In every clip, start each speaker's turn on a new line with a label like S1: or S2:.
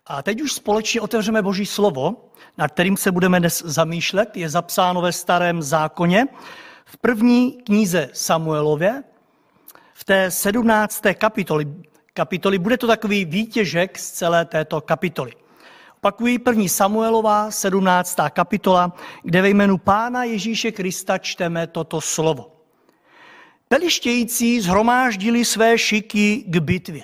S1: A teď už společně otevřeme Boží slovo, nad kterým se budeme dnes zamýšlet. Je zapsáno ve Starém zákoně, v první knize Samuelově, v té 17. kapitoli. Bude to takový výtěžek z celé této kapitoly. Opakuji, první Samuelová, 17. kapitola, kde ve jménu Pána Ježíše Krista čteme toto slovo. Pelištějící shromáždili své šiky k bitvě.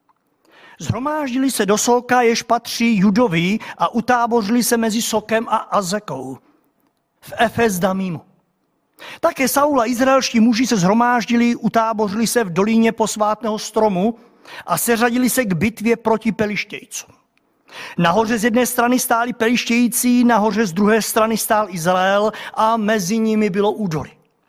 S1: Shromáždili se do Soka, jež patří Judovi, a utábořili se mezi Sokem a Azekou v Efes-Damímu. Také Saul a izraelští muži se shromáždili, utábořili se v dolíně posvátného stromu a seřadili se k bitvě proti pelištějcům. Nahoře z jedné strany stáli pelištějící, nahoře z druhé strany stál Izrael a mezi nimi bylo údolí.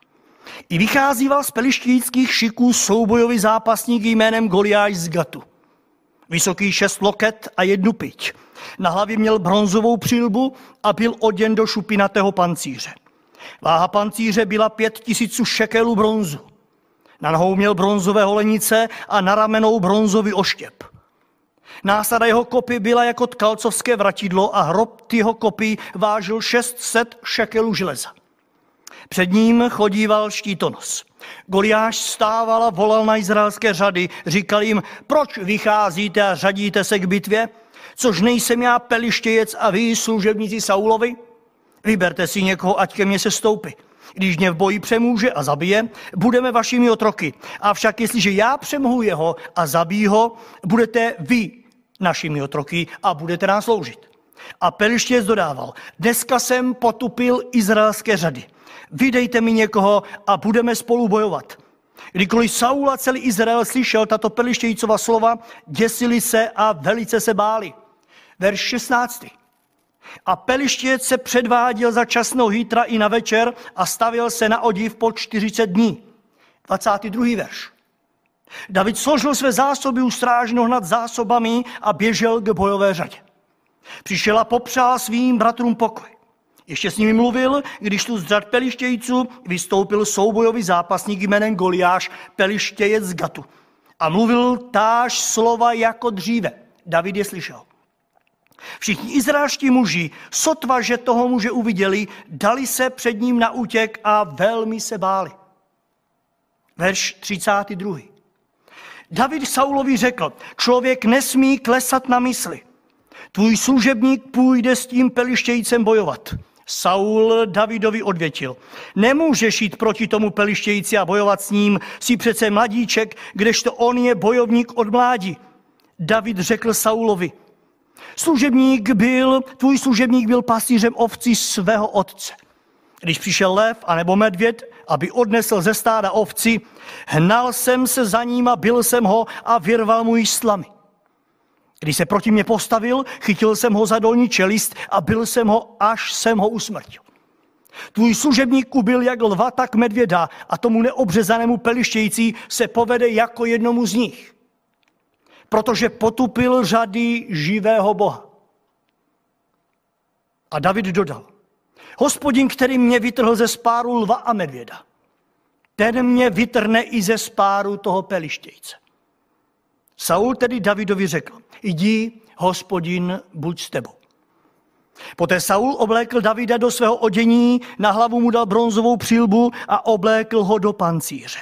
S1: I vycházíval z pelištějíckých šiků soubojový zápasník jménem Goliáš z Gatu. Vysoký 6 loket a 1 piť. Na hlavě měl bronzovou přilbu a byl oděn do šupinatého pancíře. Váha pancíře byla 5000 šekelů bronzu. Na nohou měl bronzové holenice a na ramenou bronzový oštěp. Násada jeho kopy byla jako tkalcovské vratidlo a hrob jeho kopy vážil 600 šekelů železa. Před ním chodíval štítonos. Goliáš stával a volal na izraelské řady. Říkal jim, proč vycházíte a řadíte se k bitvě? Což nejsem já pelištějec a vy služebníci Saulovi? Vyberte si někoho, ať ke mně se stoupí. Když mě v boji přemůže a zabije, budeme vašimi otroky. Avšak jestliže já přemohu jeho a zabijí ho, budete vy našimi otroky a budete nám sloužit. A pelištějec dodával, dneska jsem potupil izraelské řady. Vydejte mi někoho a budeme spolu bojovat. Kdykoliv Saul a celý Izrael slyšel tato pelištějcova slova, děsili se a velice se báli. Verš 16. A pelištějec se předváděl za časnou hýtra i na večer a stavěl se na odiv po 40 dní. 22. verš. David složil své zásoby u strážného nad zásobami a běžel k bojové řadě. Přišel a popřál svým bratrům pokoj. Ještě s nimi mluvil, když tu z řad pelištějců vystoupil soubojový zápasník jménem Goliáš, pelištějec z Gatu. A mluvil táž slova jako dříve. David je slyšel. Všichni izraelští muži, sotva, že toho muže uviděli, dali se před ním na útěk a velmi se báli. Verš 32. David Saulovi řekl, člověk nesmí klesat na mysli. Tvůj služebník půjde s tím pelištějcem bojovat. Saul Davidovi odvětil, nemůžeš jít proti tomu pelištějci a bojovat s ním, jsi přece mladíček, kdežto on je bojovník od mládí. David řekl Saulovi, tvůj služebník byl pastýřem ovcí svého otce. Když přišel lev anebo medvěd, aby odnesl ze stáda ovci, hnal jsem se za ním a bil jsem ho a vyrval mu jíslami. Když se proti mě postavil, chytil jsem ho za dolní čelist a bil jsem ho, až jsem ho usmrtil. Tvůj služebník ubil jak lva, tak medvěda a tomu neobřezanému pelištějící se povede jako jednomu z nich. Protože potupil řady živého Boha. A David dodal, Hospodin, který mě vytrhl ze spáru lva a medvěda, ten mě vytrhne i ze spáru toho pelištějce. Saul tedy Davidovi řekl, jdi, Hospodin, buď s tebou. Poté Saul oblékl Davida do svého odění, na hlavu mu dal bronzovou přilbu a oblékl ho do pancíře.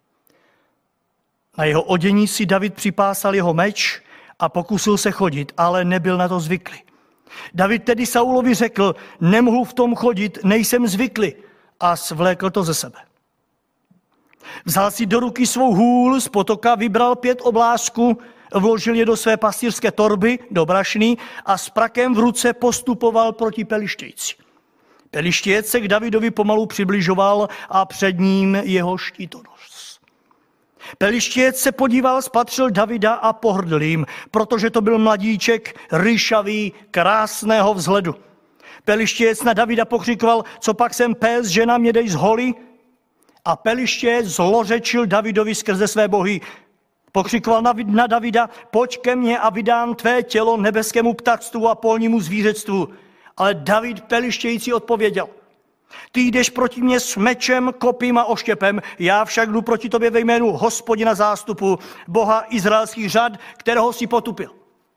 S1: Na jeho odění si David připásal jeho meč a pokusil se chodit, ale nebyl na to zvyklý. David tedy Saulovi řekl, nemohu v tom chodit, nejsem zvyklý, a svlékl to ze sebe. Vzal si do ruky svou hůl, z potoka vybral 5 oblázků, vložil je do své pastýřské torby, do brašny a s prakem v ruce postupoval proti pelištějci. Pelištějec se k Davidovi pomalu přibližoval a před ním jeho štítonos. Pelištějec se podíval, spatřil Davida a pohrdl jim, protože to byl mladíček, ryšavý, krásného vzhledu. Pelištějec na Davida pokřikoval, co pak jsem pes, že na mě dej zholi? A pelištějec zlořečil Davidovi skrze své bohy. Pokřikoval na Davida, pojď ke mně a vydám tvé tělo nebeskému ptactvu a polnímu zvířectvu. Ale David pelištějící odpověděl, ty jdeš proti mě s mečem, kopím a oštěpem, já však jdu proti tobě ve jménu Hospodina zástupu, Boha izraelských řad, kterého si potupil.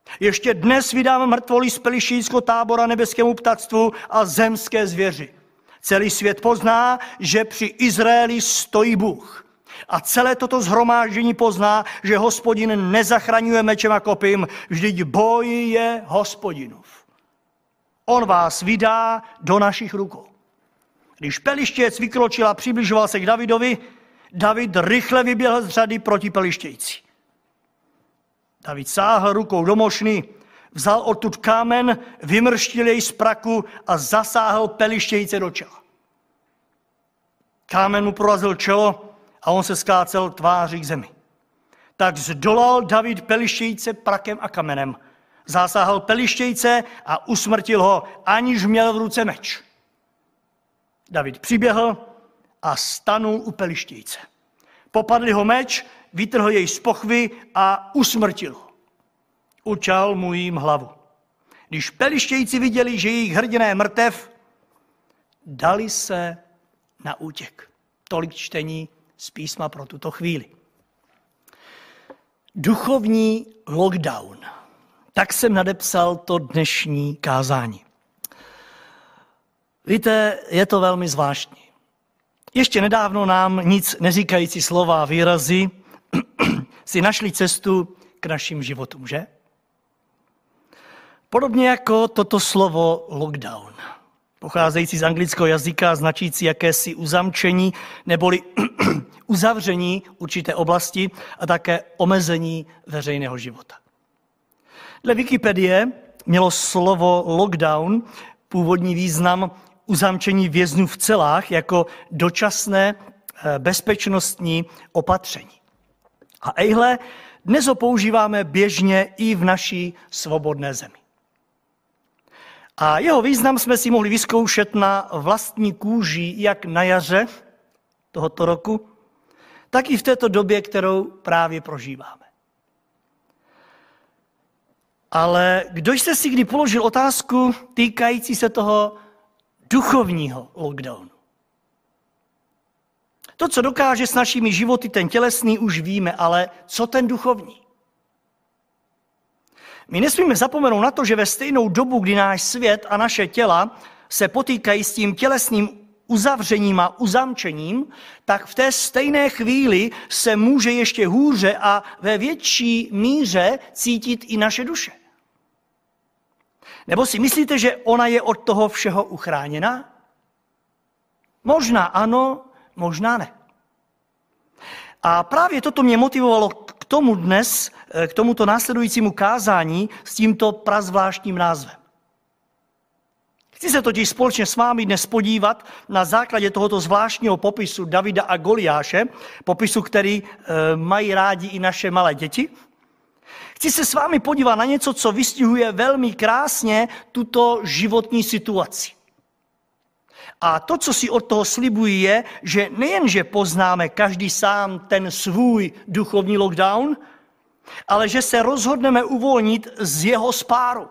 S1: Ještě dnes vydám mrtvoly z pelištejského tábora nebeskému ptactvu a zemské zvěři. Celý svět pozná, že při Izraeli stojí Bůh. A celé toto shromáždění pozná, že Hospodin nezachraňuje mečem a kopím, vždyť boj je Hospodinův. On vás vydá do našich rukou. Když pelištěc vykročil a přibližoval se k Davidovi, David rychle vyběhl z řady proti pelištějci. David sáhl rukou do mošny, vzal odtud kámen, vymrštil jej z praku a zasáhl pelištějce do čela. Kámen mu prorazil čelo a on se skácel tváří k zemi. Tak zdolal David pelištějce prakem a kamenem. Zasáhl pelištějce a usmrtil ho, aniž měl v ruce meč. David přiběhl a stanul u pelištějce. Popadl ho meč, vytrhl jej z pochvy a usmrtil ho. Učal mu jim hlavu. Když pelištějci viděli, že jejich hrdina je mrtev, dali se na útěk. Tolik čtení z písma pro tuto chvíli. Duchovní lockdown. Tak jsem nadepsal to dnešní kázání. Víte, je to velmi zvláštní. Ještě nedávno nám nic neříkající slova a výrazy si našli cestu k našim životům, že? Podobně jako toto slovo lockdown, pocházející z anglického jazyka, značící jakési uzamčení neboli uzavření určité oblasti a také omezení veřejného života. Dle Wikipedie mělo slovo lockdown původní význam uzamčení vězňů v celách jako dočasné bezpečnostní opatření. A ejhle, dnes ho používáme běžně i v naší svobodné zemi. A jeho význam jsme si mohli vyzkoušet na vlastní kůži jak na jaře tohoto roku, tak i v této době, kterou právě prožíváme. Ale kdo jste si kdy položil otázku týkající se toho duchovního lockdownu? To, co dokáže s našimi životy ten tělesný, už víme, ale co ten duchovní? My nesmíme zapomenout na to, že ve stejnou dobu, kdy náš svět a naše těla se potýkají s tím tělesným uzavřením a uzamčením, tak v té stejné chvíli se může ještě hůře a ve větší míře cítit i naše duše. Nebo si myslíte, že ona je od toho všeho uchráněna? Možná ano, možná ne. A právě toto mě motivovalo k tomu dnes, k tomuto následujícímu kázání s tímto prazvláštním názvem. Chci se totiž společně s vámi dnes podívat na základě tohoto zvláštního popisu Davida a Goliáše, popisu, který mají rádi i naše malé děti. Chci se s vámi podívat na něco, co vystihuje velmi krásně tuto životní situaci. A to, co si od toho slibuji, je, že nejenže poznáme každý sám ten svůj duchovní lockdown, ale že se rozhodneme uvolnit z jeho spáru.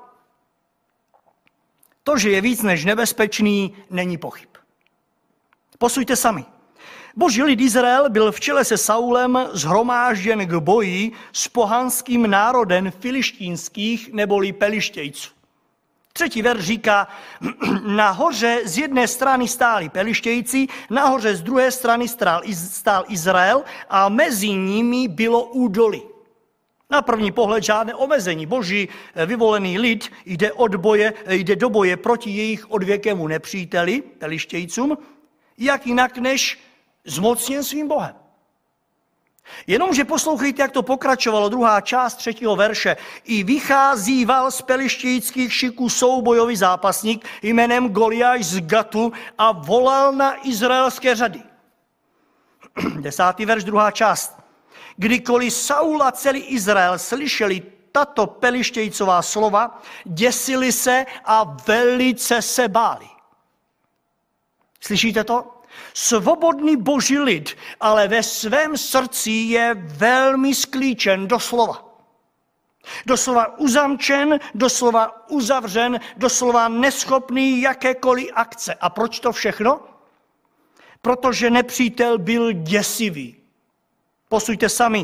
S1: To, že je víc než nebezpečný, není pochyb. Posuďte sami. Boží lid Izrael byl v čele se Saulem shromážděn k boji s pohanským národem filištínských neboli pelištějců. 3. verš říká, nahoře z jedné strany stáli pelištějci, nahoře z druhé strany stál Izrael a mezi nimi bylo údolí. Na první pohled žádné omezení. Boží vyvolený lid jde do boje proti jejich odvěkému nepříteli, pelištějcům, jak jinak než zmocněn svým Bohem. Jenomže poslouchejte, jak to pokračovalo, druhá část 3. verše. I vycházíval z pelištějských šiků soubojový zápasník jménem Goliáš z Gatu a volal na izraelské řady. 10. verš, druhá část. Kdykoliv Saul a celý Izrael slyšeli tato pelištějcová slova, děsili se a velice se báli. Slyšíte to? Svobodný boží lid, ale ve svém srdci je velmi sklíčen doslova. Doslova uzamčen, doslova uzavřen, doslova neschopný jakékoliv akce. A proč to všechno? Protože nepřítel byl děsivý. Posuďte sami.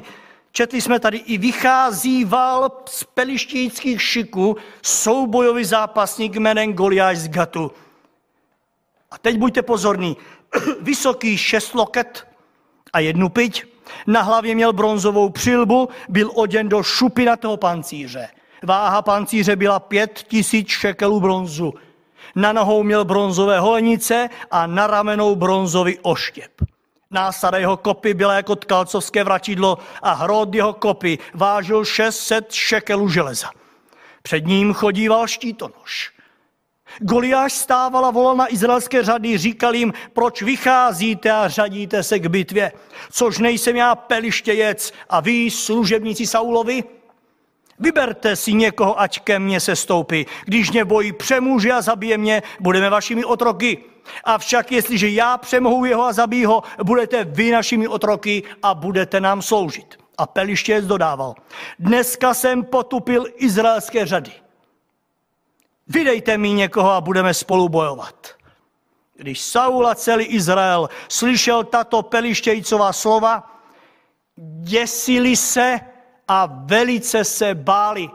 S1: Četli jsme tady, i vycházíval z pelištějských šiků soubojový zápasník jménem Goliáš z Gatu. A teď buďte pozorní. Vysoký 6 loket a 1 piť. Na hlavě měl bronzovou přilbu, byl oděn do šupinatého pancíře. Váha pancíře byla 5000 šekelů bronzu. Na nohou měl bronzové holenice a na ramenou bronzový oštěp. Násada jeho kopy byla jako tkalcovské vračidlo a hrot jeho kopy vážil 600 šekelů železa. Před ním chodíval štítonoš. Goliáš stával a volal na izraelské řady, říkal jim, proč vycházíte a řadíte se k bitvě, což nejsem já pelištějec a vy služebníci Saulovi? Vyberte si někoho, ať ke mně se stoupí. Když mě bojí přemůže a zabije mě, budeme vašimi otroky. Avšak jestliže já přemohu jeho a zabijí ho, budete vy našimi otroky a budete nám sloužit. A pelištějec dodával, dneska jsem potupil izraelské řady. Vydejte mi někoho a budeme spolu bojovat. Když Saul a celý Izrael slyšel tato pelištějcová slova, děsili se a velice se báli.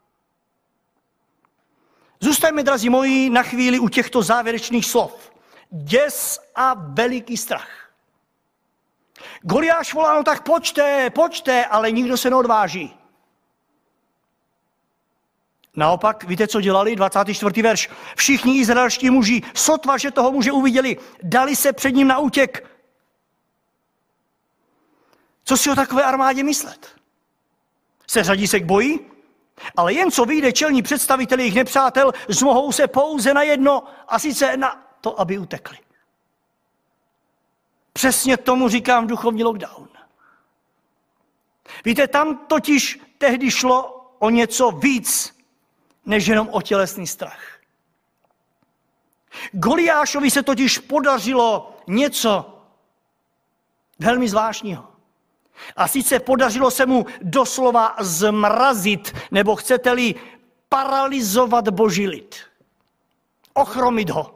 S1: Zůstaňme, drazí moji, na chvíli u těchto závěrečných slov. Děs a veliký strach. Goliáš volá, no tak pojďte, ale nikdo se neodváží. Naopak, víte, co dělali? 24. verš. Všichni izraelští muži, sotva, že toho muže uviděli, dali se před ním na útěk. Co si o takové armádě myslet? Seřadí se k boji, ale jen co vyjde čelní představitel jejich nepřátel, zmohou se pouze na jedno, a sice na to, aby utekli. Přesně tomu říkám duchovní lockdown. Víte, tam totiž tehdy šlo o něco víc, než jenom o tělesný strach. Goliášovi se totiž podařilo něco velmi zvláštního. A sice podařilo se mu doslova zmrazit, nebo chcete-li paralyzovat boží lid. Ochromit ho.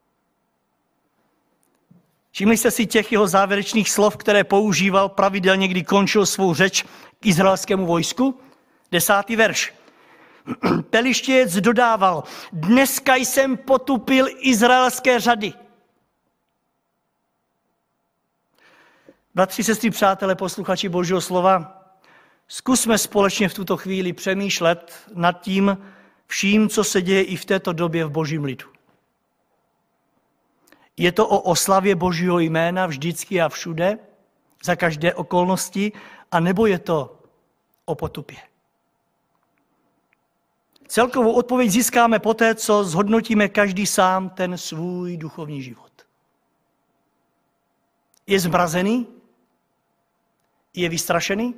S1: Všimli jste si těch jeho závěrečných slov, které používal pravidelně, kdy končil svou řeč k izraelskému vojsku? 10. verš. Pelištějec dodával, dneska jsem potupil izraelské řady. Bratři, sestry, přátelé, posluchači Božího slova, zkusme společně v tuto chvíli přemýšlet nad tím vším, co se děje i v této době v Božím lidu. Je to o oslavě Božího jména vždycky a všude, za každé okolnosti, anebo je to o potupě? Celkovou odpověď získáme poté, co zhodnotíme každý sám ten svůj duchovní život. Je zmrazený? Je vystrašený?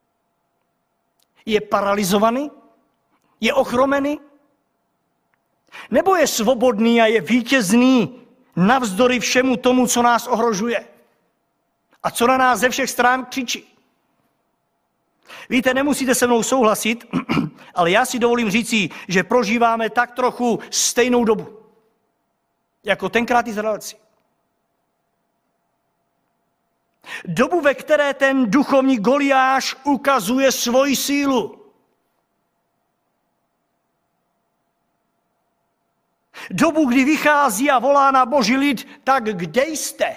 S1: Je paralyzovaný? Je ochromený? Nebo je svobodný a je vítězný navzdory všemu tomu, co nás ohrožuje a co na nás ze všech stran křičí? Víte, nemusíte se mnou souhlasit, ale já si dovolím říci, že prožíváme tak trochu stejnou dobu, jako tenkrát Izraelci. Dobu, ve které ten duchovní Goliáš ukazuje svoji sílu. Dobu, kdy vychází a volá na Boží lid, tak kde jste?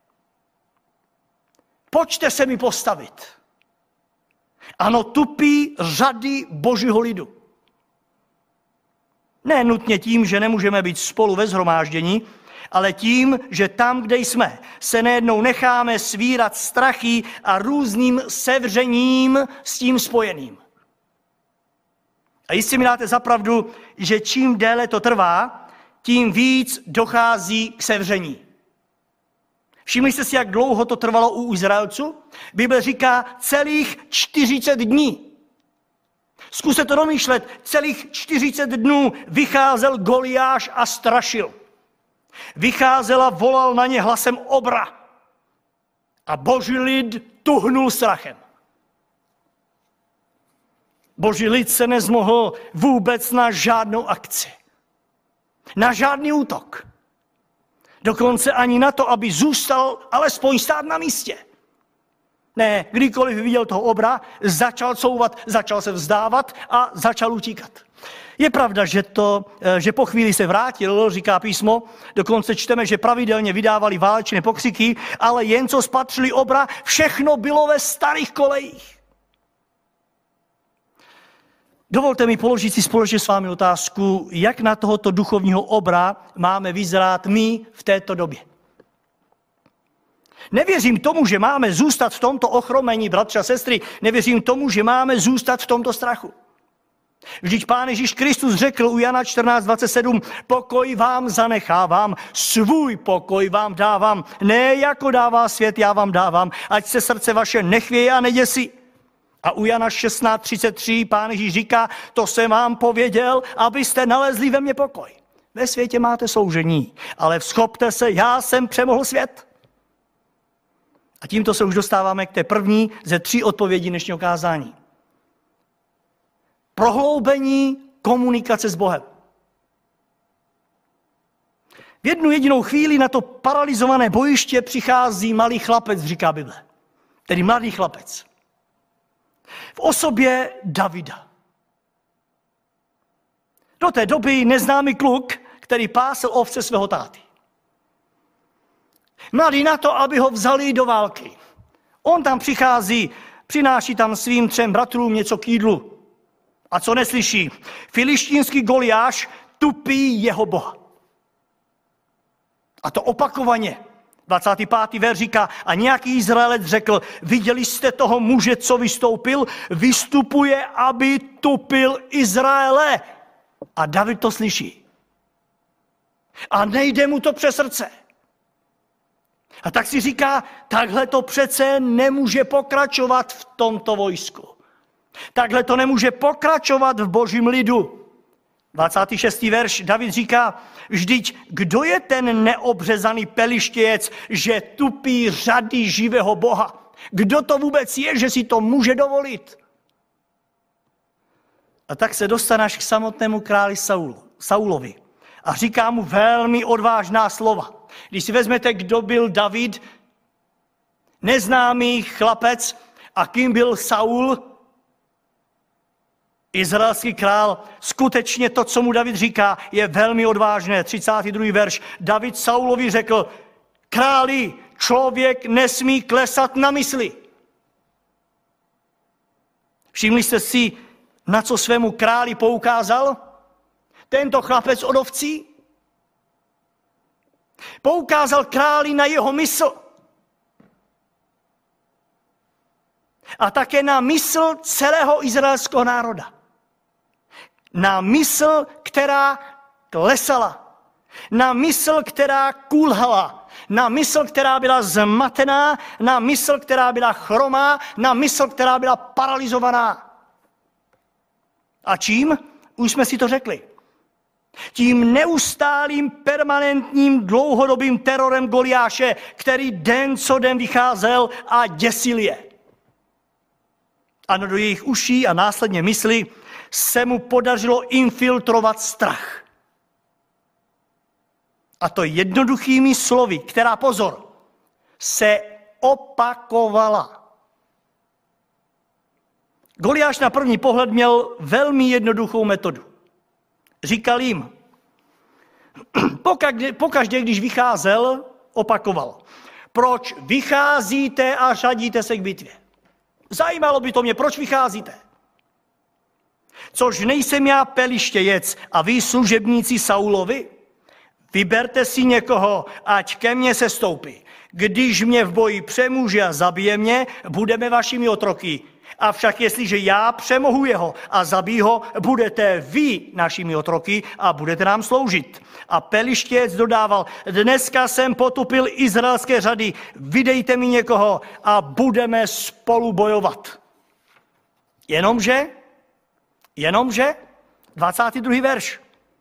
S1: Pojďte se mi postavit. Ano, tupí řady Božího lidu. Ne nutně tím, že nemůžeme být spolu ve shromáždění, ale tím, že tam, kde jsme, se nejednou necháme svírat strachy a různým sevřením s tím spojeným. A jistě mi dáte za pravdu, že čím déle to trvá, tím víc dochází k sevření. Všimli jste si, jak dlouho to trvalo u Izraelců? Bible říká celých 40 dní. Zkuste to domýšlet, celých 40 dnů vycházel Goliáš a strašil. Vycházel a volal na ně hlasem obra. A Boží lid tuhnul strachem. Boží lid se nezmohl vůbec na žádnou akci. Na žádný útok. Dokonce ani na to, aby zůstal alespoň stát na místě. Ne, kdykoliv viděl toho obra, začal couvat, začal se vzdávat a začal utíkat. Je pravda, že po chvíli se vrátil, říká písmo, dokonce čteme, že pravidelně vydávali válečné pokřiky, ale jen co spatřili obra, všechno bylo ve starých kolejích. Dovolte mi položit si společně s vámi otázku, jak na tohoto duchovního obra máme vyzrát my v této době. Nevěřím tomu, že máme zůstat v tomto ochromení, bratři a sestry, nevěřím tomu, že máme zůstat v tomto strachu. Vždyť Pán Ježíš Kristus řekl u Jana 14:27, pokoj vám zanechávám, svůj pokoj vám dávám, ne jako dává svět, já vám dávám, ať se srdce vaše nechvěje a neděsí. A u Jana 16:33 Pán Ježíš říká, to jsem vám pověděl, abyste nalezli ve mně pokoj. Ve světě máte soužení, ale vzchopte se, já jsem přemohl svět. A tímto se už dostáváme k té první ze 3 odpovědí dnešního kázání. Prohloubení komunikace s Bohem. V jednu jedinou chvíli na to paralyzované bojiště přichází malý chlapec, říká Bible. Tedy mladý chlapec. V osobě Davida. Do té doby neznámý kluk, který pásl ovce svého táty. Mladý na to, aby ho vzali do války. On tam přichází, přináší tam svým 3 bratrům něco k jídlu. A co neslyší? Filištínský Goliáš tupí jeho boha. A to opakovaně. 25. verš říká, a nějaký Izraelec řekl, viděli jste toho muže, co vystoupil? Vystupuje, aby tupil Izraele. A David to slyší. A nejde mu to přes srdce. A tak si říká, takhle to přece nemůže pokračovat v tomto vojsku. Takhle to nemůže pokračovat v božím lidu. 26. verš David říká, vždyť kdo je ten neobřezaný pelištějec, že tupí řady živého Boha? Kdo to vůbec je, že si to může dovolit? A tak se dostaneš k samotnému králi Saulovi a říká mu velmi odvážná slova. Když si vezmete, kdo byl David, neznámý chlapec, a kým byl Saul, izraelský král, skutečně to, co mu David říká, je velmi odvážné. 32. verš. David Saulovi řekl, králi, člověk nesmí klesat na mysli. Všimli jste si, na co svému králi poukázal? Tento chlapec od ovcí? Poukázal králi na jeho mysl. A také na mysl celého izraelského národa. Na mysl, která klesala. Na mysl, která kulhala. Na mysl, která byla zmatená. Na mysl, která byla chromá. Na mysl, která byla paralizovaná. A čím? Už jsme si to řekli. Tím neustálým, permanentním, dlouhodobým terorem Goliáše, který den co den vycházel a děsil je. A do jejich uší a následně mysli se mu podařilo infiltrovat strach. A to jednoduchými slovy, která, pozor, se opakovala. Goliáš na první pohled měl velmi jednoduchou metodu. Říkal jim, pokaždé, když vycházel, opakoval. Proč vycházíte a řadíte se k bitvě? Zajímalo by to mě, proč vycházíte? Což nejsem já pelištějec a vy služebníci Saulovi? Vyberte si někoho, ať ke mně se stoupí. Když mě v boji přemůže a zabije mě, budeme vašimi otroky. Avšak jestliže já přemohu jeho a zabij ho, budete vy našimi otroky a budete nám sloužit. A pelištěc dodával, dneska jsem potupil izraelské řady, vydejte mi někoho a budeme spolu bojovat. Jenomže, 22. verš.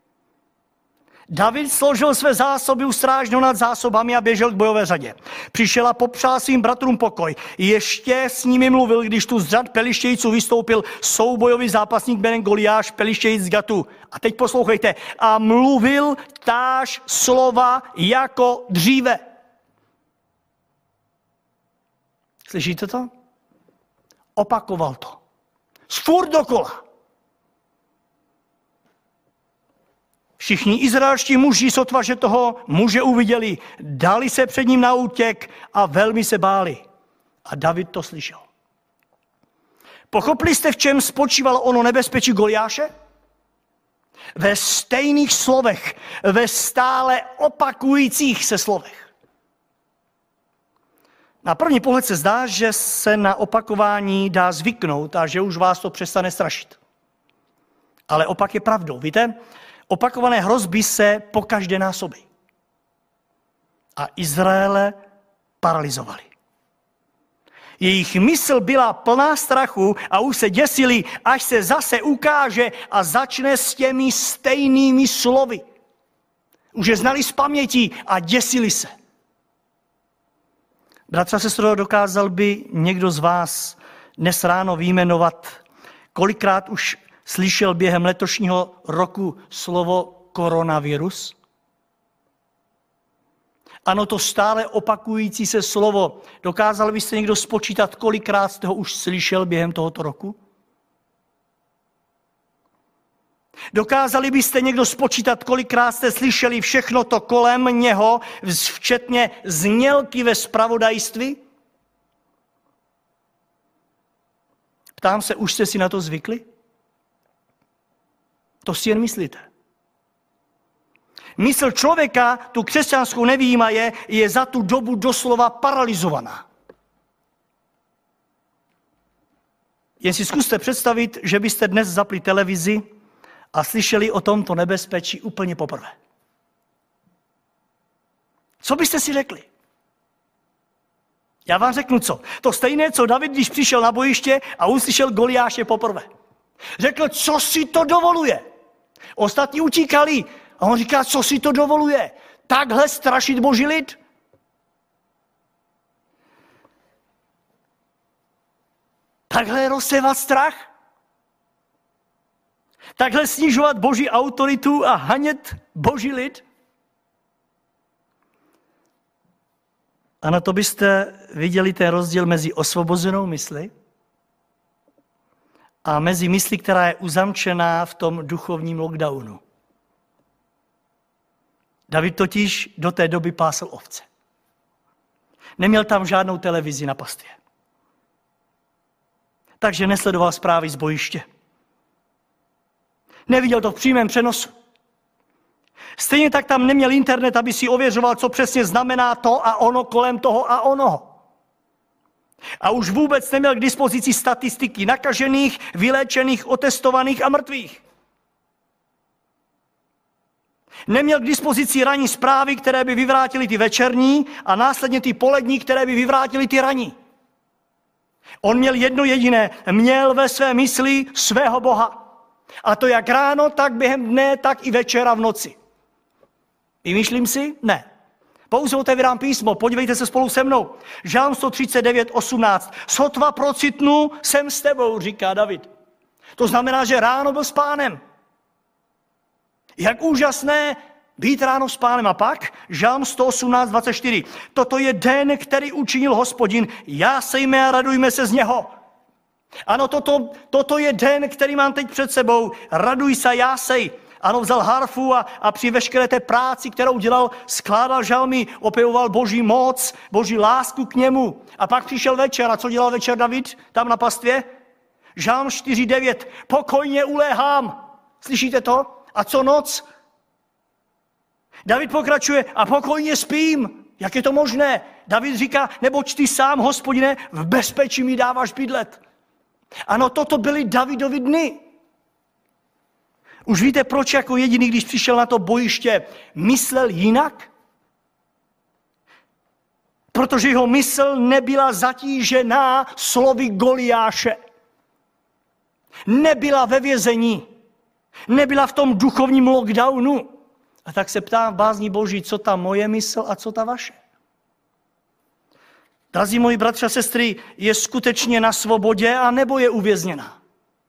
S1: David složil své zásoby u strážného nad zásobami a běžel k bojové řadě. Přišel a popřál svým bratrům pokoj. Ještě s nimi mluvil, když tu z řad pelištějců vystoupil soubojový zápasník jménem Goliáš, pelištějc z Gatu. A teď poslouchejte. A mluvil táž slova jako dříve. Slyšíte to? Opakoval to. Furt dokola. Všichni izraelští muži sotva, že toho muže uviděli, dali se před ním na útěk a velmi se báli. A David to slyšel. Pochopili jste, v čem spočívalo ono nebezpečí Goliáše? Ve stejných slovech, ve stále opakujících se slovech. Na první pohled se zdá, že se na opakování dá zvyknout a že už vás to přestane strašit. Ale opak je pravdou. Víte, opakované hrozby se pokaždé násobí. A Izraele paralyzovali. Jejich mysl byla plná strachu a už se děsili, až se zase ukáže a začne s těmi stejnými slovy. Už je znali z paměti a děsili se. Bratře a sestro, dokázal by někdo z vás dnes ráno vyjmenovat, kolikrát už slyšel během letošního roku slovo koronavirus? Ano, to stále opakující se slovo. Dokázal byste někdo spočítat, kolikrát jste ho už slyšel během tohoto roku? Dokázali byste někdo spočítat, kolikrát jste slyšeli všechno to kolem něho, včetně znělky ve zpravodajství? Ptám se, už jste si na to zvykli? To si jen myslíte. Mysl člověka, tu křesťanskou nevyjímaje, je za tu dobu doslova paralyzovaná. Jen si zkuste představit, že byste dnes zapli televizi a slyšeli o tomto nebezpečí úplně poprvé. Co byste si řekli? Já vám řeknu co. To stejné, co David, když přišel na bojiště a uslyšel Goliáše poprvé. Řekl, co si to dovoluje? Ostatní utíkali a on říká, co si to dovoluje? Takhle strašit Boží lid? Takhle rozsévat strach? Takhle snižovat Boží autoritu a hanět Boží lid? A na to byste viděli ten rozdíl mezi osvobozenou myslí a mezi myslí, která je uzamčená v tom duchovním lockdownu. David totiž do té doby pásl ovce. Neměl tam žádnou televizi na pastvě. Takže nesledoval zprávy z bojiště. Neviděl to v přímém přenosu. Stejně tak tam neměl internet, aby si ověřoval, co přesně znamená to a ono kolem toho a onoho. A už vůbec neměl k dispozici statistiky nakažených, vyléčených, otestovaných a mrtvých. Neměl k dispozici ranní zprávy, které by vyvrátily ty večerní a následně ty polední, které by vyvrátily ty ranní. On měl jedno jediné, měl ve své mysli svého Boha. A to jak ráno, tak během dne, tak i večera v noci. Vymýšlím si? Ne. Pouze otevírám písmo, podívejte se spolu se mnou. Žálm 139, 18. Sotva procitnu, jsem s tebou, říká David. To znamená, že ráno byl s Pánem. Jak úžasné být ráno s Pánem. A pak Žálm 118, 24. Toto je den, který učinil Hospodin. Jásejme a radujme se z něho. Ano, toto je den, který mám teď před sebou. Raduj se, jásej. Ano, vzal harfu a při veškeré té práci, kterou dělal, skládal žalmy, opěvoval Boží moc, Boží lásku k němu. A pak přišel večer. A co dělal večer David tam na pastvě? Žálm 4.9. Pokojně uléhám. Slyšíte to? A co noc? David pokračuje a pokojně spím. Jak je to možné? David říká, neboť ty sám, Hospodine, v bezpečí mi dáváš bydlet. Ano, toto byly Davidovy dny. Už víte, proč jako jediný, když přišel na to bojiště, myslel jinak? Protože jeho mysl nebyla zatížená slovy Goliáše. Nebyla ve vězení. Nebyla v tom duchovním lockdownu. A tak se ptám v bázni Boží, co ta moje mysl a co ta vaše? Drazí moji bratři a sestry, je skutečně na svobodě a nebo je uvězněna?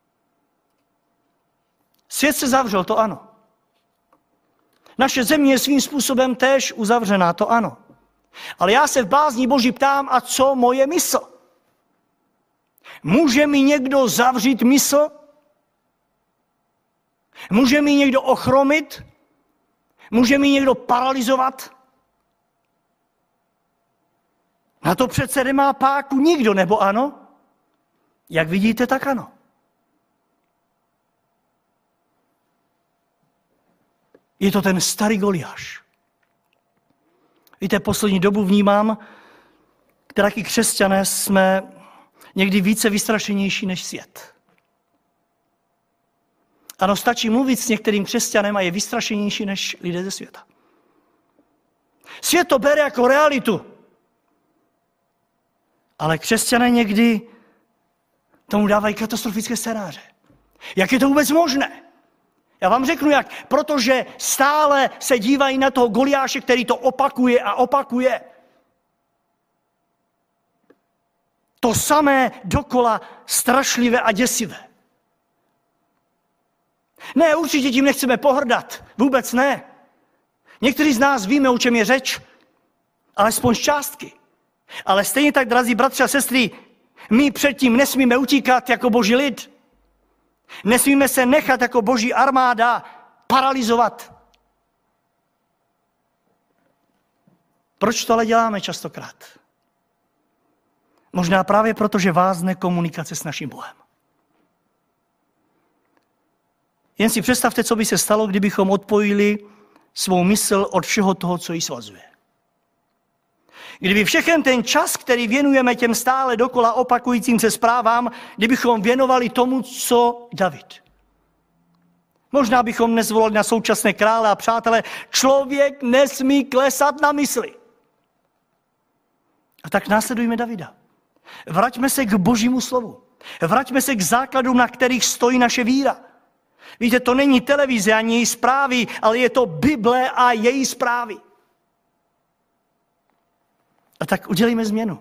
S1: Svět se zavřel, to ano. Naše země je svým způsobem též uzavřená, to ano. Ale já se v bázni Boží ptám, a co moje mysl? Může mi někdo zavřít mysl? Může mi někdo ochromit? Může mi někdo paralyzovat? Na to přece nemá páku nikdo, nebo ano? Jak vidíte, tak ano. Je to ten starý Goliáš. Víte, poslední dobu vnímám, taky křesťané jsme někdy více vystrašenější než svět. Ano, stačí mluvit s některým křesťanem a je vystrašenější než lidé ze světa. Svět to bere jako realitu. Ale křesťané někdy tomu dávají katastrofické scénáře. Jak je to vůbec možné? Já vám řeknu jak. Protože stále se dívají na toho Goliáše, který to opakuje a opakuje. To samé dokola strašlivé a děsivé. Ne, určitě tím nechceme pohrdat. Vůbec ne. Někteří z nás víme, o čem je řeč. Alespoň z částky. Ale stejně tak, drazí bratři a sestry, my předtím nesmíme utíkat jako boží lid. Nesmíme se nechat jako boží armáda paralyzovat. Proč to ale děláme častokrát? Možná právě proto, že vázne komunikace s naším Bohem. Jen si představte, co by se stalo, kdybychom odpojili svou mysl od všeho toho, co ji svazuje. Kdyby všechen ten čas, který věnujeme těm stále dokola opakujícím se zprávám, kdybychom věnovali tomu, co David. Možná bychom nezvolali na současné krále a přátelé, člověk nesmí klesat na mysli. A tak následujme Davida. Vraťme se k božímu slovu. Vraťme se k základům, na kterých stojí naše víra. Víte, to není televize ani její zprávy, ale je to Bible a její zprávy. A tak udělejme změnu.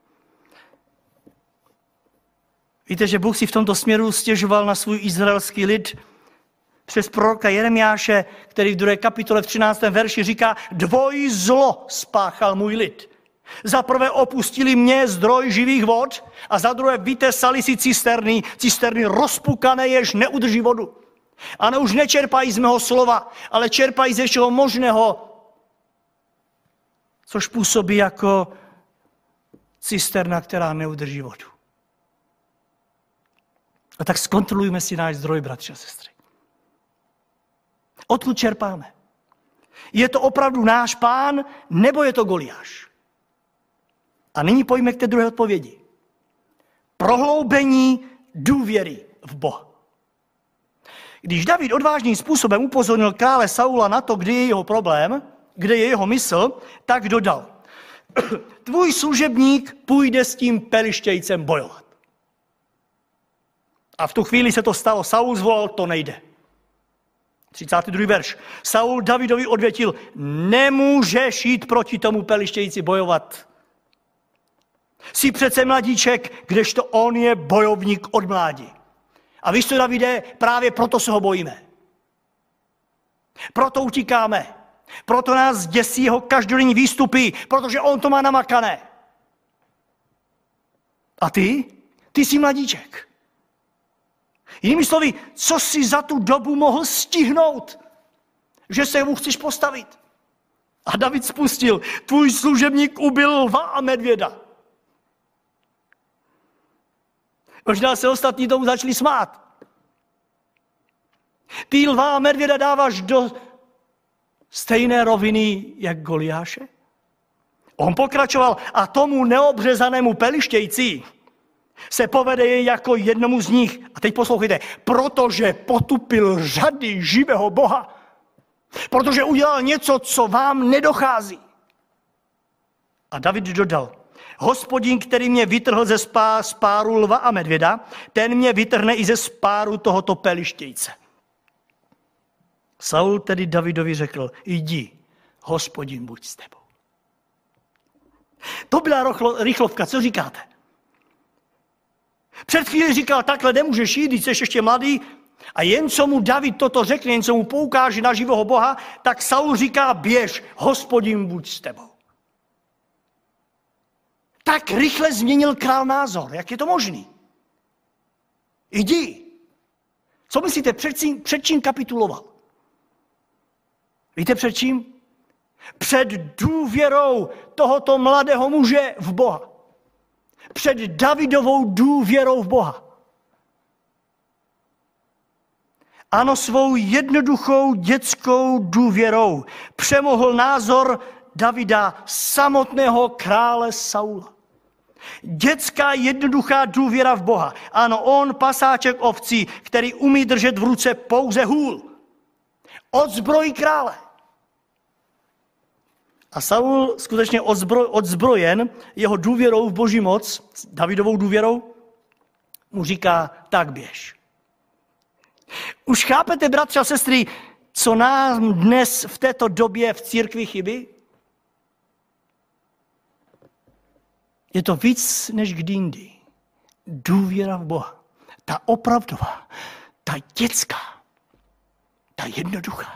S1: Víte, že Bůh si v tomto směru stěžoval na svůj izraelský lid přes proroka Jeremiáše, který v 2. kapitole v 13. verši říká, dvojí zlo spáchal můj lid. Za prvé opustili mě zdroj živých vod a za druhé vytesali si cisterny rozpukané, jež neudrží vodu. Ano, už nečerpají z mého slova, ale čerpají ze všeho možného, což působí jako cisterna, která neudrží vodu. A tak zkontrolujme si náš zdroj, bratři a sestry. Odkud čerpáme? Je to opravdu náš Pán, nebo je to Goliáš? A nyní pojďme k té druhé odpovědi. Prohloubení důvěry v Boha. Když David odvážným způsobem upozornil krále Saula na to, kde je jeho problém, kde je jeho mysl, tak dodal. Tvůj služebník půjde s tím pelištějcem bojovat. A v tu chvíli se to stalo. Saul zvolal, to nejde. 32. verš. Saul Davidovi odvětil, nemůžeš jít proti tomu pelištějci bojovat. Jsi přece mladíček, kdežto on je bojovník od mládí. A víš co, Davide, právě proto se ho bojíme. Proto utíkáme. Proto nás děsí jeho každodenní výstupy, protože on to má namakané. A ty? Ty jsi mladíček. Jinými slovy, co jsi za tu dobu mohl stihnout, že se mu chceš postavit? A David spustil, tvůj služebník ubil lva a medvěda. Možná se ostatní tomu začali smát. Ty lva a medvěda dáváš do stejné roviny jak Goliáše? On pokračoval a tomu neobřezanému pelištějci se povede jako jednomu z nich. A teď poslouchejte, protože potupil řady živého Boha. Protože udělal něco, co vám nedochází. A David dodal, Hospodin, který mě vytrhl ze spáru lva a medvěda, ten mě vytrhne i ze spáru tohoto pelištějce. Saul tedy Davidovi řekl, jdi, Hospodin buď s tebou. To byla rychlovka, co říkáte? Před chvíli říkal, takhle nemůžeš jít, když jsi ještě mladý, a jen co mu David toto řekne, jen co mu poukáže na živého Boha, tak Saul říká, běž, Hospodin buď s tebou. Tak rychle změnil král názor. Jak je to možný? Jdi. Co myslíte, před čím kapituloval? Víte před čím? Před důvěrou tohoto mladého muže v Boha. Před Davidovou důvěrou v Boha. Ano, svou jednoduchou dětskou důvěrou přemohl názor Davida, samotného krále Saula. Dětská jednoduchá důvěra v Boha. Ano, on, pasáček ovcí, který umí držet v ruce pouze hůl. Odzbrojí krále. A Saul skutečně odzbrojen jeho důvěrou v Boží moc, Davidovou důvěrou, mu říká, tak běž. Už chápete, bratři a sestry, co nám dnes v této době v církvi chybí? Je to víc než kdy jindy. Důvěra v Boha. Ta opravdová, ta dětská, ta jednoduchá.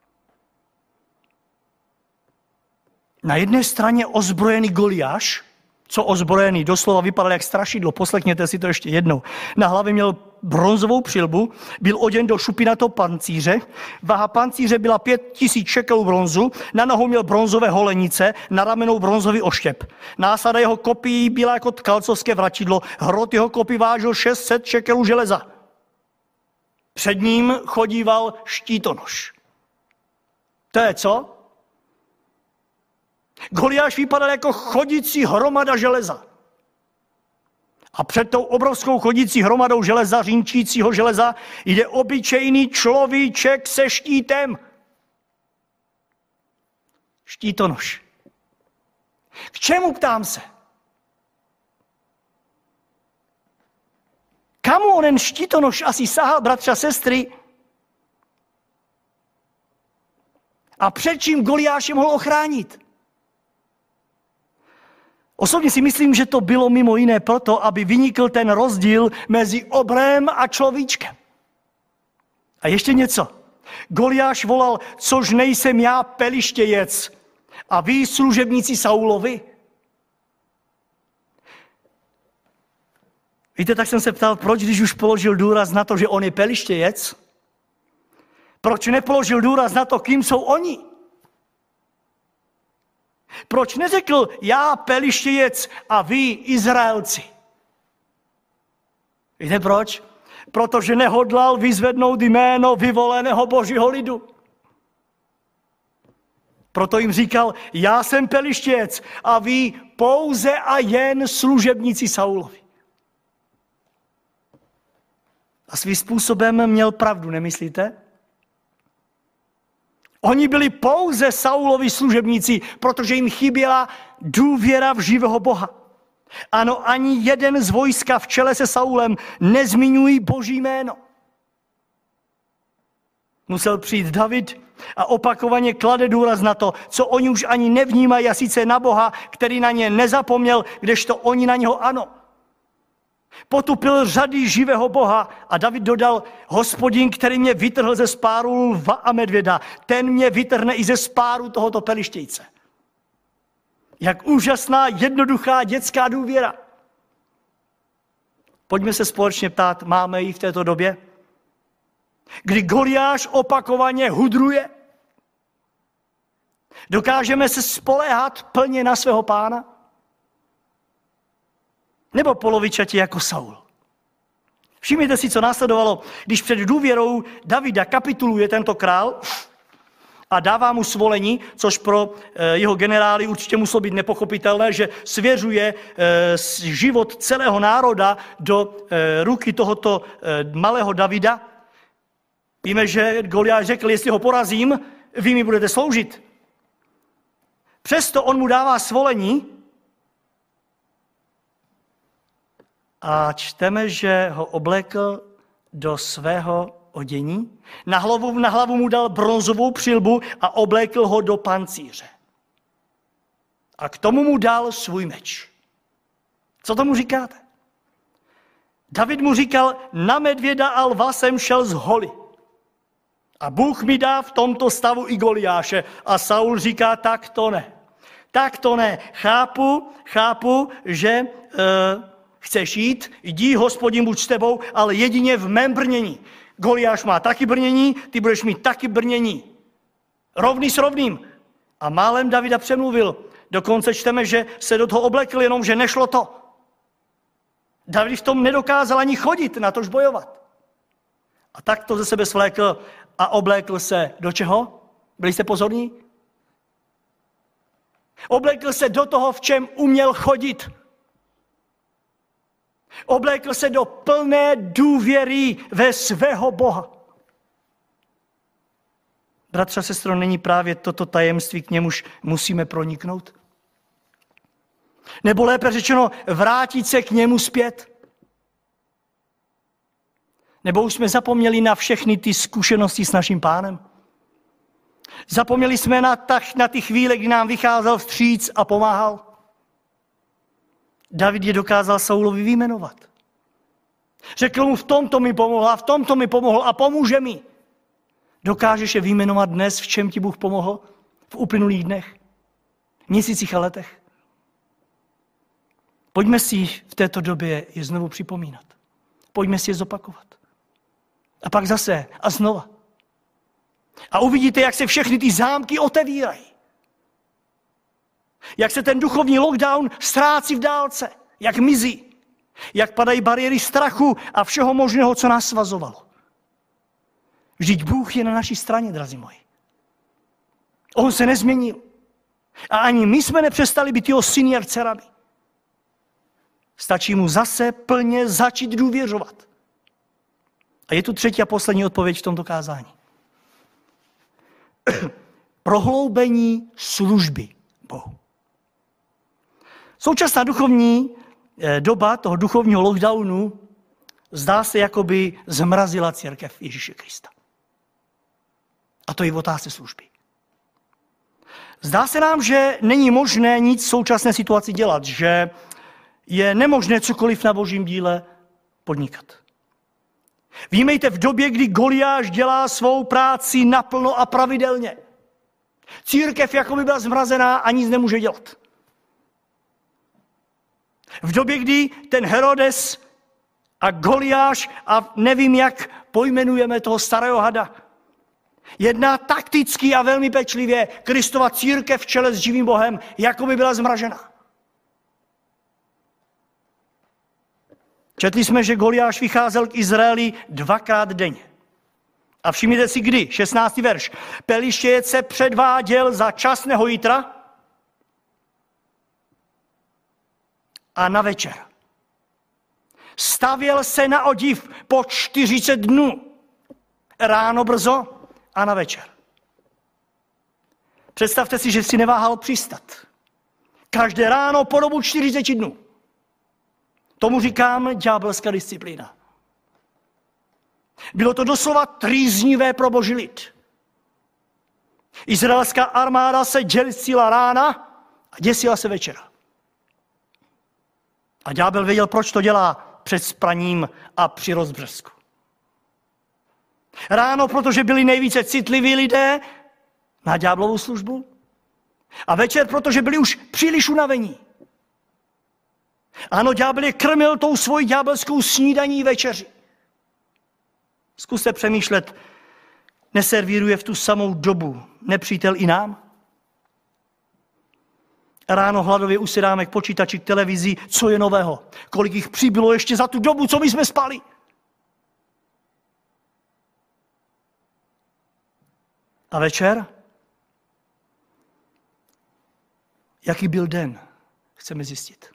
S1: Na jedné straně ozbrojený Goliáš, co ozbrojený, doslova vypadal jak strašidlo, poslechněte si to ještě jednou. Na hlavě měl bronzovou přilbu, byl oděn do šupinatého pancíře, váha pancíře byla 5000 šekelů bronzu, na nohou měl bronzové holenice, na ramenou bronzový oštěp. Násada jeho kopí byla jako tkalcovské vračidlo, hrot jeho kopí vážil 600 šekelů železa. Před ním chodíval štítonoš. To je co? Goliáš vypadal jako chodící hromada železa. A před tou obrovskou chodící hromadou železa, řinčícího železa, jde obyčejný človíček se štítem. Štítonoš. K čemu, ptám se? Kamu onen štítonoš asi sahal, bratři a sestry? A před čím Goliáše mohl ochránit? Osobně si myslím, že to bylo mimo jiné proto, aby vynikl ten rozdíl mezi obrem a človíčkem. A ještě něco. Goliáš volal, což nejsem já pelištějec a vy služebníci Saulovi. Víte, tak jsem se ptal, proč, když už položil důraz na to, že on je pelištějec, proč nepoložil důraz na to, kým jsou oni? Proč neřekl, já pelištějec a vy Izraelci? Víte proč? Protože nehodlal vyzvednout jméno vyvoleného Božího lidu. Proto jim říkal, já jsem pelištějec a vy pouze a jen služebníci Saulovi. A svým způsobem měl pravdu, nemyslíte? Oni byli pouze Saulovi služebníci, protože jim chyběla důvěra v živého Boha. Ano, ani jeden z vojska v čele se Saulem nezmiňují Boží jméno. Musel přijít David a opakovaně klade důraz na to, co oni už ani nevnímají, a sice na Boha, který na ně nezapomněl, kdežto oni na něho ano. Potupil řady živého Boha a David dodal, Hospodin, který mě vytrhl ze spáru lva a medvěda, ten mě vytrhne i ze spáru tohoto pelištějce. Jak úžasná, jednoduchá dětská důvěra. Pojďme se společně ptát, máme ji v této době? Kdy Goliáš opakovaně hudruje? Dokážeme se spoléhat plně na svého pána? Nebo polovičatě jako Saul? Všimněte si, co následovalo, když před důvěrou Davida kapituluje tento král a dává mu svolení, což pro jeho generály určitě muselo být nepochopitelné, že svěřuje život celého národa do ruky tohoto malého Davida. Víme, že Goliáš řekl, jestli ho porazím, vy mi budete sloužit. Přesto on mu dává svolení a čteme, že ho oblékl do svého odění. Na hlavu mu dal bronzovou přilbu a oblékl ho do pancíře. A k tomu mu dal svůj meč. Co tomu říkáte? David mu říkal, na medvěda a lva jsem šel z holy. A Bůh mi dá v tomto stavu i Goliáše. A Saul říká, tak to ne. Tak to ne. Chápu, že chceš jít, jdi, Hospodin buď s tebou, ale jedině v mém brnění. Goliáš má taky brnění, ty budeš mít taky brnění. Rovný s rovným. A málem Davida přemluvil. Dokonce čteme, že se do toho oblekl, jenom že nešlo to. David v tom nedokázal ani chodit, natož bojovat. A tak to ze sebe svlékl a oblékl se do čeho? Byli jste pozorní? Oblékl se do toho, v čem uměl chodit. Oblékl se do plné důvěry ve svého Boha. Bratře a sestro, není právě toto tajemství, k němuž musíme proniknout? Nebo lépe řečeno, vrátit se k němu zpět? Nebo už jsme zapomněli na všechny ty zkušenosti s naším Pánem? Zapomněli jsme na ty chvíle, kdy nám vycházel vstříc a pomáhal? David je dokázal Saulovi vyjmenovat. Řekl mu, v tomto mi pomohl a v tomto mi pomohl a pomůže mi. Dokážeš je vyjmenovat dnes, v čem ti Bůh pomohl v uplynulých dnech, měsících a letech? Pojďme si v této době je znovu připomínat. Pojďme si je zopakovat. A pak zase a znova. A uvidíte, jak se všechny ty zámky otevírají. Jak se ten duchovní lockdown ztrácí v dálce. Jak mizí. Jak padají bariéry strachu a všeho možného, co nás svazovalo. Vždyť Bůh je na naší straně, drazí moji. On se nezměnil. A ani my jsme nepřestali být jeho syny a dcerami. Stačí mu zase plně začít důvěřovat. A je tu třetí a poslední odpověď v tomto kázání. Prohloubení služby Bohu. Současná duchovní doba toho duchovního lockdownu zdá se, jako by zmrazila církev Ježíše Krista. A to je v otázce služby. Zdá se nám, že není možné nic v současné situaci dělat, že je nemožné cokoliv na Božím díle podnikat. Vnímejte, v době, kdy Goliáš dělá svou práci naplno a pravidelně. Církev jako by byla zmrazená a nic nemůže dělat. V době, kdy ten Herodes a Goliáš a nevím, jak pojmenujeme toho starého hada, jedná takticky a velmi pečlivě, Kristova církev v čele s živým Bohem, jako by byla zmražena. Četli jsme, že Goliáš vycházel k Izraeli 2krát denně. A všimněte si kdy, 16. verš. Pelištějec se předváděl za časného jítra a na večer. Stavěl se na odiv po 40 dnů. Ráno brzo a na večer. Představte si, že si neváhal přistat. Každé ráno po dobu 40 dnů. Tomu říkám ďábelská disciplína. Bylo to doslova trýznivé pro Boží lid. Izraelská armáda se děsila rána a děsila se večera. A ďábel věděl, proč to dělá před spaním a při rozbřesku. Ráno, protože byli nejvíce citliví lidé na ďáblovou službu. A večer, protože byli už příliš unavení. Ano, ďábel je krmil tou svojí ďábelskou snídaní večeři. Zkuste přemýšlet, neservíruje v tu samou dobu nepřítel i nám? Ráno hladově usedáme k počítači, k televizi, co je nového. Kolik jich přibylo ještě za tu dobu, co my jsme spali. A večer? Jaký byl den? Chceme zjistit.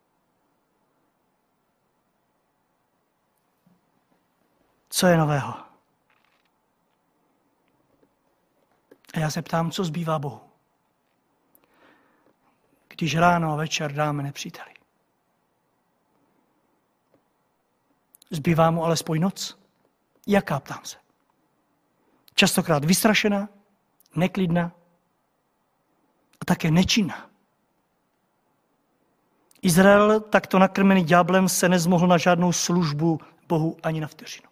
S1: Co je nového? A já se ptám, co zbývá Bohu, když ráno a večer dáme nepříteli. Zbývá mu alespoň noc? Jaká, ptám se? Častokrát vystrašená, neklidná a také nečinná. Izrael, takto nakrmený ďáblem, se nezmohl na žádnou službu Bohu ani na vteřinu.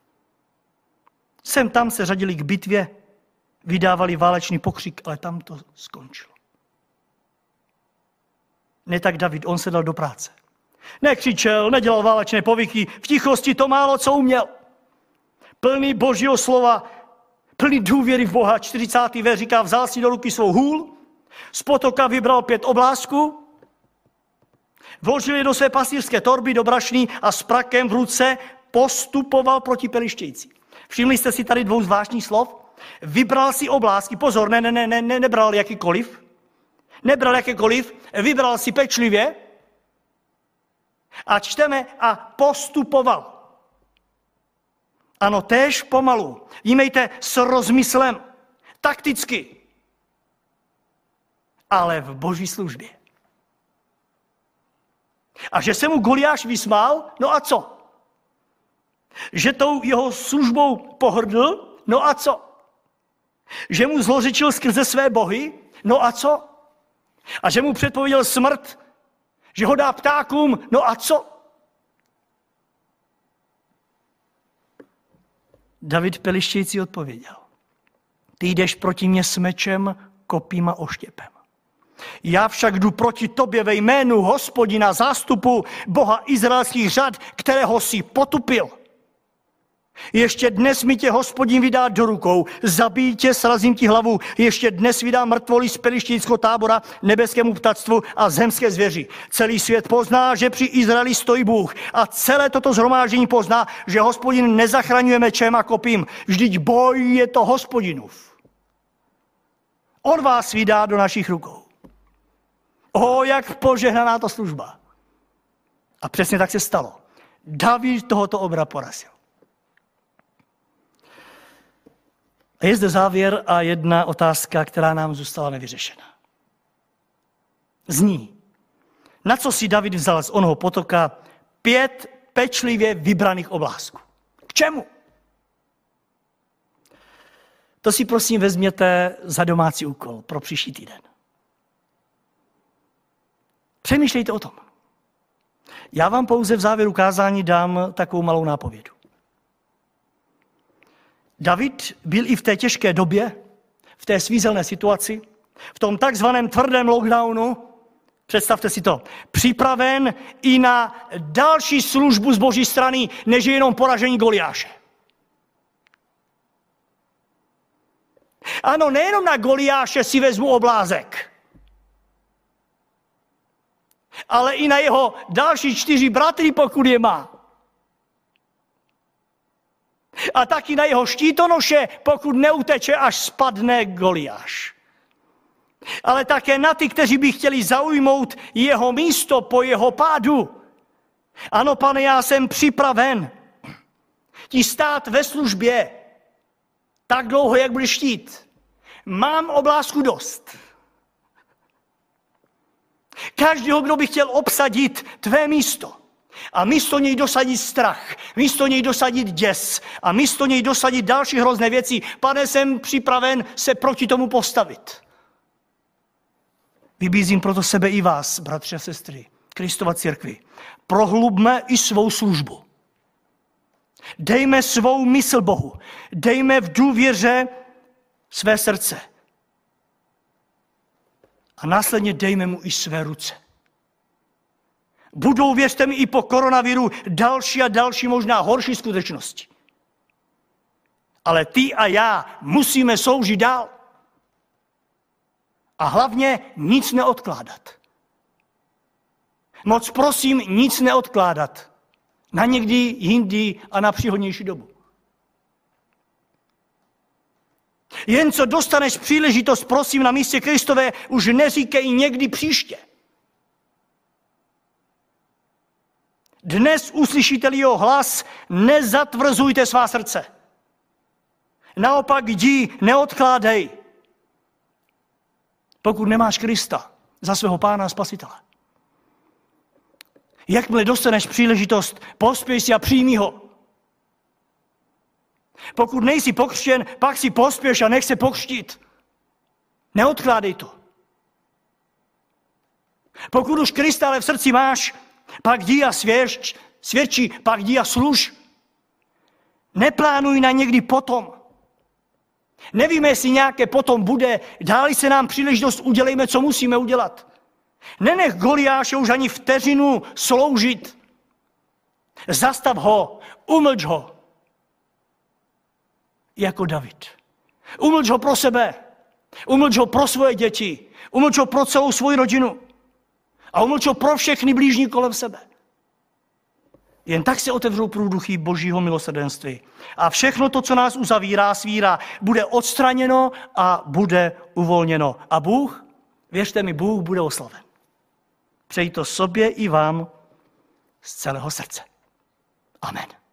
S1: Sem tam se řadili k bitvě, vydávali válečný pokřik, ale tam to skončilo. Ne tak David, on se dal do práce. Nekřičel, nedělal válečné povyky, v tichosti to málo, co uměl. Plný Božího slova, plný důvěry v Boha. 40. verš říká, vzal si do ruky svou hůl, z potoka vybral 5 oblázků, vložil je do své pastýřské torby, do brašny a s prakem v ruce postupoval proti pelištějci. Všimli jste si tady 2 zvláštních slov? Vybral si oblázky, pozor, nebral jakýkoliv. Nebral jakékoliv, vybral si pečlivě a čteme a postupoval. Ano, též pomalu. Jímejte s rozmyslem, takticky, ale v Boží službě. A že se mu Goliáš vysmál, no a co? Že tou jeho službou pohrdl, no a co? Že mu zlořečil skrze své bohy, no a co? A že mu předpověděl smrt, že ho dá ptákům, no a co? David pelištějící odpověděl. Ty jdeš proti mě s mečem, kopím a oštěpem. Já však jdu proti tobě ve jménu Hospodina zástupu Boha izraelských řad, kterého si potupil. Ještě dnes mi tě Hospodin vydá do rukou, zabij tě, srazím ti hlavu, ještě dnes vydá mrtvoly z pelištějského tábora nebeskému ptactvu a zemské zvěři. Celý svět pozná, že při Izraeli stojí Bůh a celé toto shromáždění pozná, že Hospodin nezachraňuje mečem a kopím. Vždyť boj je to Hospodinův. On vás vydá do našich rukou. Jak požehnaná to služba. A přesně tak se stalo. David tohoto obra porazil. A je zde závěr a jedna otázka, která nám zůstala nevyřešena. Zní, na co si David vzal z onoho potoka 5 pečlivě vybraných oblázků? K čemu? To si prosím vezměte za domácí úkol pro příští týden. Přemýšlejte o tom. Já vám pouze v závěru kázání dám takovou malou nápovědu. David byl i v té těžké době, v té svízelné situaci, v tom takzvaném tvrdém lockdownu, představte si to, připraven i na další službu z Boží strany, než je jenom poražení Goliáše. Ano, nejenom na Goliáše si vezmu oblázek, ale i na jeho další 4 bratry, pokud je má. A taky na jeho štítonoše, pokud neuteče, až spadne Goliáš. Ale také na ty, kteří by chtěli zaujmout jeho místo po jeho pádu. Ano, Pane, já jsem připraven ti stát ve službě tak dlouho, jak budeš chtít. Mám oblázku dost. Každého, kdo by chtěl obsadit tvé místo a místo něj dosadit strach, místo něj dosadit děs a místo něj dosadit další hrozné věci, Pane, jsem připraven se proti tomu postavit. Vybízím proto sebe i vás, bratři a sestry, Kristova církvi. Prohlubme i svou službu. Dejme svou mysl Bohu. Dejme v důvěře své srdce. A následně dejme mu i své ruce. Budou, věřte mi, i po koronaviru další a další, možná horší skutečnosti. Ale ty a já musíme sloužit dál. A hlavně nic neodkládat. Moc prosím, nic neodkládat. Na někdy jindy a na příhodnější dobu. Jen co dostaneš příležitost, prosím, na místě Kristové, už neříkej někdy příště. Dnes uslyšíte-li jeho hlas, nezatvrzujte svá srdce. Naopak jdi, neodkládej. Pokud nemáš Krista za svého Pána a Spasitele. Jakmile dostaneš příležitost, pospěj si a přijmi ho. Pokud nejsi pokřtěn, pak si pospěš a nech se pokřtít. Neodkládej to. Pokud už Krista ale v srdci máš, pak jdi a svědčí, pak jdi a služ. Neplánuj na někdy potom. Nevíme, jestli nějaké potom bude, dá-li se nám příležitost, udělejme, co musíme udělat. Nenech Goliáše už ani vteřinu sloužit. Zastav ho, umlč ho. Jako David. Umlč ho pro sebe. Umlč ho pro svoje děti. Umlč ho pro celou svoji rodinu. A umlč ho pro všechny blížní kolem sebe. Jen tak se otevřou průduchy Božího milosrdenství. A všechno to, co nás uzavírá, svírá, bude odstraněno a bude uvolněno. A Bůh, věřte mi, Bůh bude oslaven. Přeji to sobě i vám z celého srdce. Amen.